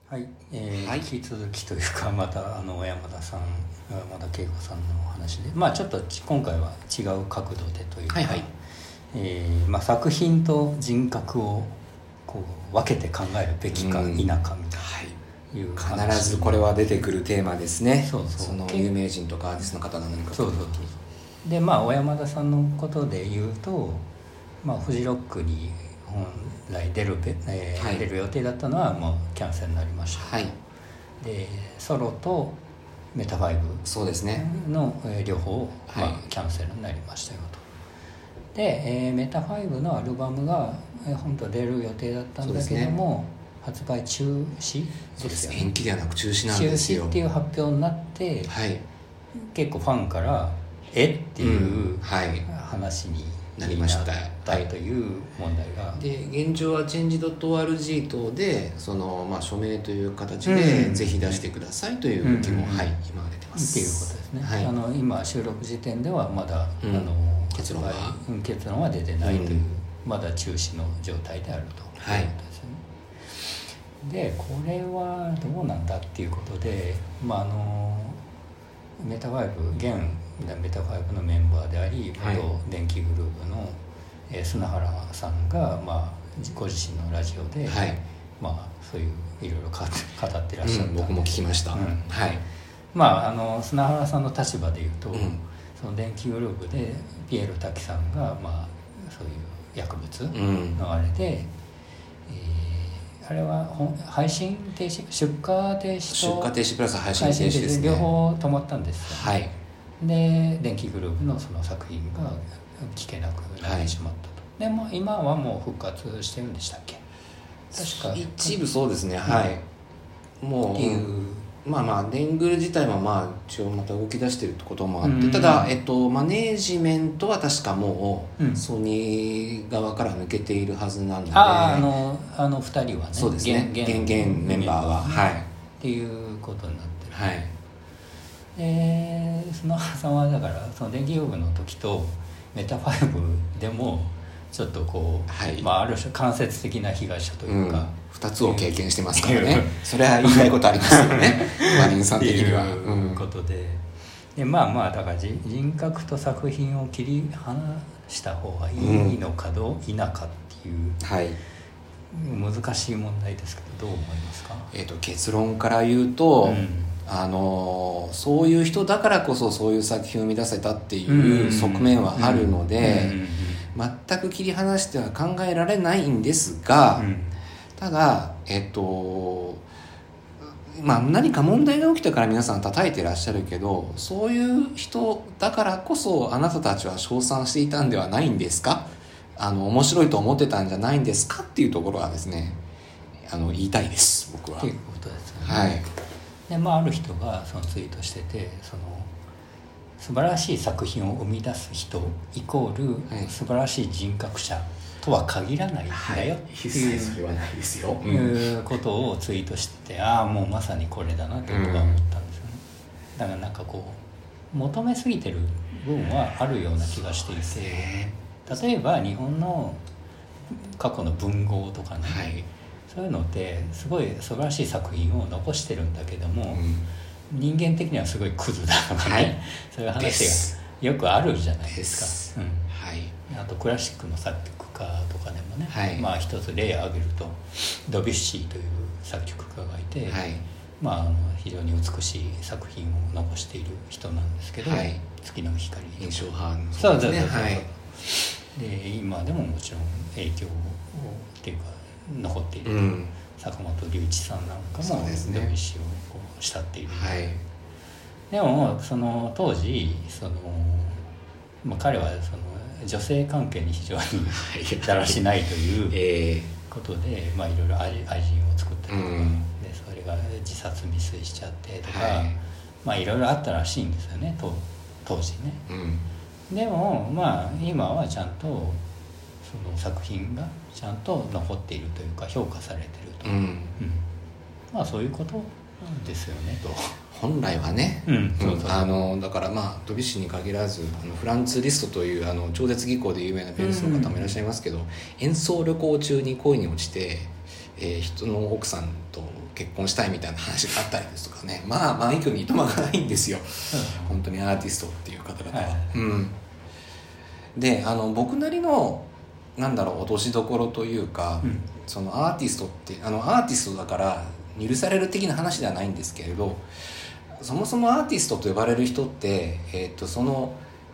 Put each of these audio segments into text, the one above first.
はい、 はい、 引き続きというかまた山田さん山田恵子さんのお話で、ちょっと今回は違う角度でというか、作品と人格をこう分けて考えるべきか否かみたいな、いう必ずこれは出てくるテーマですね。 そうその有名人とかアーティストの方が何かそうで小山田さんのことで言うと、フジロックに本来出る予定だったのはもうキャンセルになりました、でソロとメタファイブそうですねの両方、キャンセルになりましたよと。で、メタファイブのアルバムが本当出る予定だったんだけども、発売中止ですよね。 延期ではなく中止なんですよ。 中止っていう発表になって、結構ファンからっていう話になりましたという問題が、 で現状はchange.org 等でその、署名という形でぜひ出してくださいという動きも、今出てますっていうことですね、今収録時点ではまだ、結論は出てないという、まだ中止の状態であるということですね、でこれはどうなんだっていうことで、メタファイブ現メタファイブのメンバーであり元電気グループの砂原さんが、ご自身のラジオで、そういういろいろ語ってらっしゃった、 僕も聞きました、 砂原さんの立場でいうと、その電気グループでピエール滝さんが、そういう薬物のあれで、あれは配信停止、出荷停止プラス配信停止ですね。 両方止まったんですよ、で電気グループのその作品が聴けなくなってしまったと、でも今はもう復活してるんでしたっけ。確か一部そうですね、もうっていうデングル自体は一応また動き出してるってこともあって、ただ、マネージメントは確かもう、ソニー側から抜けているはずなので、 あの2人はね、 そうですね、現メンバーは、 っていうことになってる、で砂原さんはだからその電気グループの時とメタファイブでもちょっとこう、ある種間接的な被害者というか、 2つを経験してますからねそれは言いたいことありますよねマリンさん的には。 ということで、だから人格と作品を切り離した方がいいのか否かっていう、難しい問題ですけど、どう思いますか。 結論から言うと、そういう人だからこそそういう作品を生み出せたっていう側面はあるので、全く切り離しては考えられないんですが、ただ何か問題が起きたから皆さん叩いてらっしゃるけど、そういう人だからこそあなたたちは称賛していたんではないんですか、面白いと思ってたんじゃないんですかっていうところはですね、言いたいです僕は。 っていうことですよね。である人がそのツイートしてて、その素晴らしい作品を生み出す人イコール、素晴らしい人格者とは限らないんだよっていう、 それはないですよ、 いうことをツイートしてて、もうまさにこれだなと僕は思ったんですよね。だからこう求めすぎてる部分はあるような気がしていて、例えば日本の過去の文豪とかね、そういうのってすごい素晴らしい作品を残してるんだけども、人間的にはすごいクズだとかね、そういう話がよくあるじゃないですか。あとクラシックの作曲家とかでもね、一つ例を挙げるとドビュッシーという作曲家がいて、非常に美しい作品を残している人なんですけど、月の光印象派のそうですね、で今でももちろん影響っていうか残っている、坂本龍一さんなんかもドビュッシーをこう慕っている、でもその当時彼はその女性関係に非常にだらしないということで、いろいろ愛人を作ったりとか、でそれが自殺未遂しちゃってとか、いろいろあったらしいんですよね、当時ね、でも今はちゃんとその作品がちゃんと残っているというか評価されていると、そういうことですよねと。 本来はね、だからドビュッシーに限らずフランツ・リストという超絶技巧で有名なピアニストの方もいらっしゃいますけど、演奏旅行中に恋に落ちて、人の奥さんと結婚したいみたいな話があったりですとかね、まあ一挙にいとまがないんですよ、本当にアーティストっていう方々は、で僕なりの落としどころというか、そのアーティストってアーティストだから許される的な話ではないんですけれど、そもそもアーティストと呼ばれる人って、その、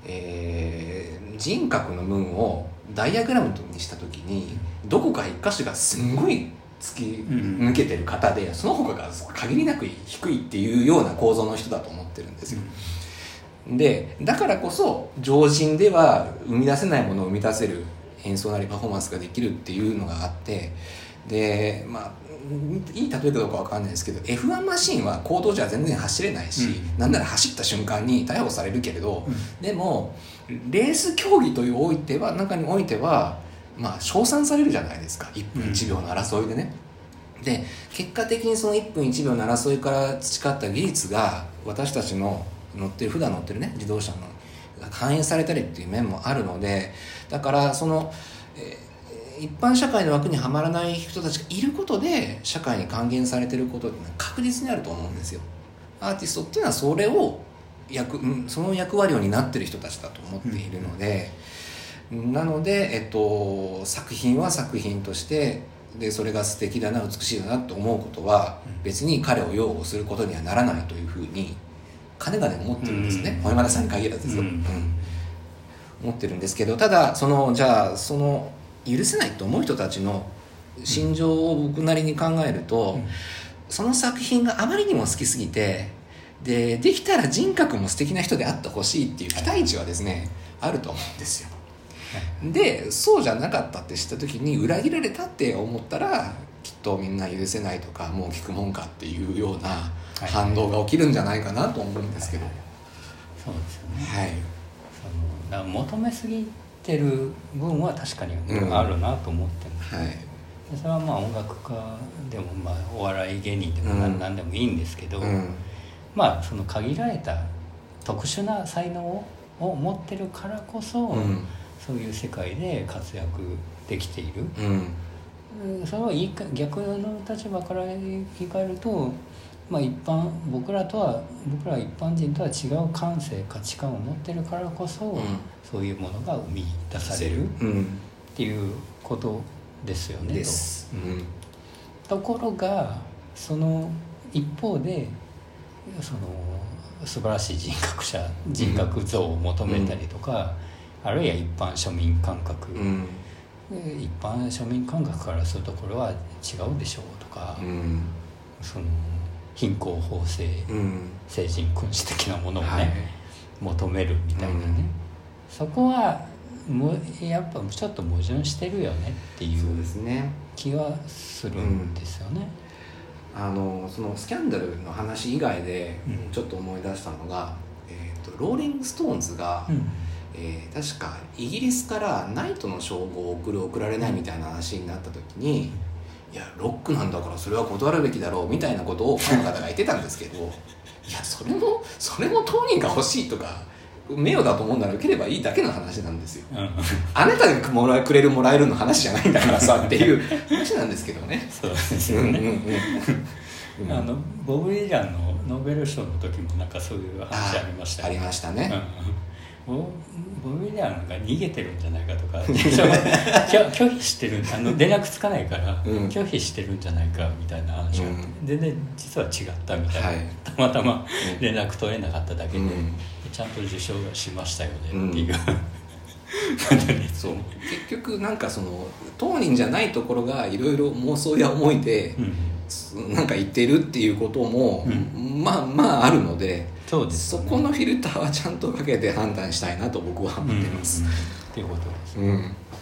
人格の文をダイアグラムにした時にどこか一箇所がすんごい突き抜けてる方で、その他が限りなく低いっていうような構造の人だと思ってるんですよ。でだからこそ常人では生み出せないものを生み出せる演奏なりパフォーマンスができるっていうのがあって、でいい例えかどうかわかんないですけど F1 マシンは公道じゃ全然走れないし、なんなら走った瞬間に逮捕されるけれど、でもレース競技という中においては称賛されるじゃないですか、1分1秒の争いでね。で結果的にその1分1秒の争いから培った技術が私たちの普段乗ってるね自動車の反映されたりっていう面もあるので、だからその、一般社会の枠にはまらない人たちがいることで社会に還元されてることって確実にあると思うんですよ。アーティストっていうのはそれをその役割を担ってる人たちだと思っているので、なので、作品は作品としてでそれが素敵だな美しいだなと思うことは別に彼を擁護することにはならないというふうにかねがね思ってるんですね、小山田さんに限らずですよ、思ってるんですけど、ただじゃあその許せないと思う人たちの心情を僕なりに考えると、その作品があまりにも好きすぎてできたら人格も素敵な人であってほしいっていう期待値はですね、あると思うんですよ。でそうじゃなかったって知った時に裏切られたって思ったらきっとみんな許せないとかもう聞くもんかっていうような反動が起きるんじゃないかなと思うんですけど、 そうですよね、だから求めすぎてる分は確かにあるなと思ってます、それは音楽家でもお笑い芸人でも何でもいいんですけど、その限られた特殊な才能を持ってるからこそ、そういう世界で活躍できている、それは逆の立場から言い換えると、僕ら一般人とは違う感性価値観を持ってるからこそ、そういうものが生み出されるっていうことですよね、ところがその一方でその素晴らしい人格像を求めたりとか、あるいは一般庶民感覚、一般庶民感覚からするとこれは違うでしょうとか、その貧困法制、聖人君主的なものをね、求めるみたいなね、そこはやっぱちょっと矛盾してるよねっていう気はするんですよね。 そのスキャンダルの話以外でちょっと思い出したのが、ローリングストーンズが、確かイギリスからナイトの称号を送られないみたいな話になった時に、いやロックなんだからそれは断るべきだろうみたいなことをファンの方が言ってたんですけどいやそれも当人が欲しいとか名誉だと思うなら受ければいいだけの話なんですよ、あなたがもらえるの話じゃないんだからさっていう話なんですけどね。 そうですよね。ボブ・ディランのノーベル賞の時もそういう話ありましたよね。 ありましたね。 ボブ・ディランが逃げてるんじゃないかとか拒否してる連絡つかないから、拒否してるんじゃないかみたいな話があって、全然実は違ったみたいな、たまたま連絡取れなかっただけで、ちゃんと受賞しましたよねっていう、 そう結局その当人じゃないところがいろいろ妄想や思いで、言ってるっていうことも、あるので、そうですね、そこのフィルターはちゃんとかけて判断したいなと僕は思ってます。 っていうことですね。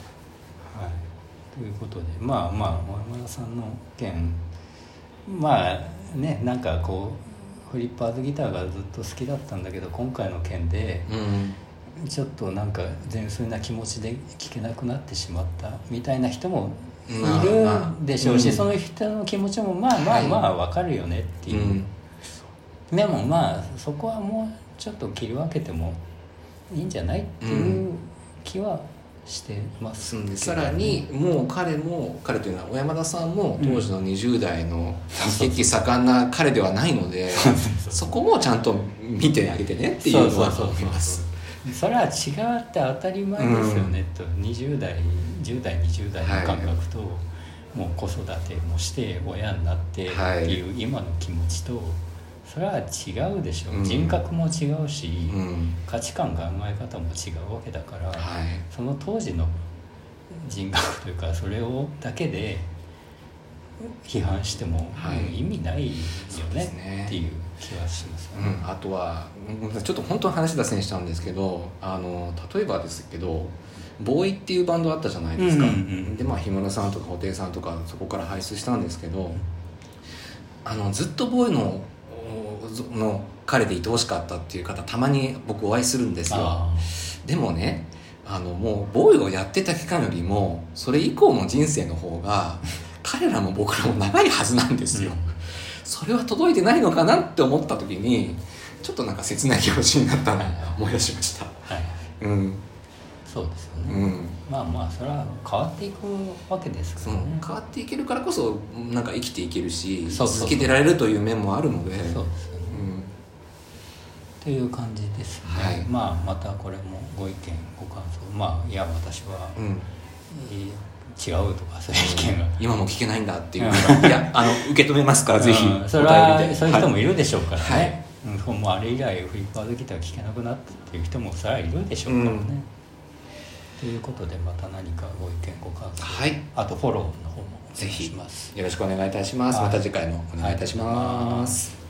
ということで小山田さんの件フリッパーズギターがずっと好きだったんだけど今回の件で、ちょっと純粋な気持ちで聴けなくなってしまったみたいな人もいるでしょうし、その人の気持ちも分かるよねっていう、でもそこはもうちょっと切り分けてもいいんじゃないっていう気はしてますけど、 ね、さらにもう彼というのは小山田さんも当時の20代の血気盛んな彼ではないので、そこもちゃんと見てあげてねっていうのは思います。 それは違って当たり前ですよね、と20代10代20代の感覚と、もう子育てもして親になってっていう今の気持ちと、それは違うでしょ、人格も違うし、価値観考え方も違うわけだから、その当時の人格というか、それをだけで批判しても意味ないよねっていう気はしますよね。 あとはちょっと本当に話脱線しちゃうんですけど、例えばですけどボーイっていうバンドあったじゃないですか、で氷室さんとか布袋さんとかそこから輩出したんですけど、ずっとボーイの彼でいてほしかったっていう方たまに僕お会いするんですよ。でもね、もうボーイをやってた期間よりもそれ以降の人生の方が彼らも僕らも長いはずなんですよ、それは届いてないのかなって思った時にちょっとなんか切ない気持ちになったのを思い出しました。 そうですよね、まあそれは変わっていくわけですからね。 変わっていけるからこそなんか生きていけるし、続けてられるという面もあるので、 そうですよね、という感じですね、またこれもご意見ご感想、いや私は、違うとかそういう意見が、 今も聞けないんだっていういや受け止めますから、ぜひそれはそういう人もいるでしょうからね、もうあれ以来フリッパーズギター聞けなくなったっていう人もそれはいるでしょうからね、ということでまた何かご意見ご感想、あとフォローの方もお願いします。 ぜひよろしくお願いいたします。また次回もお願いいたします。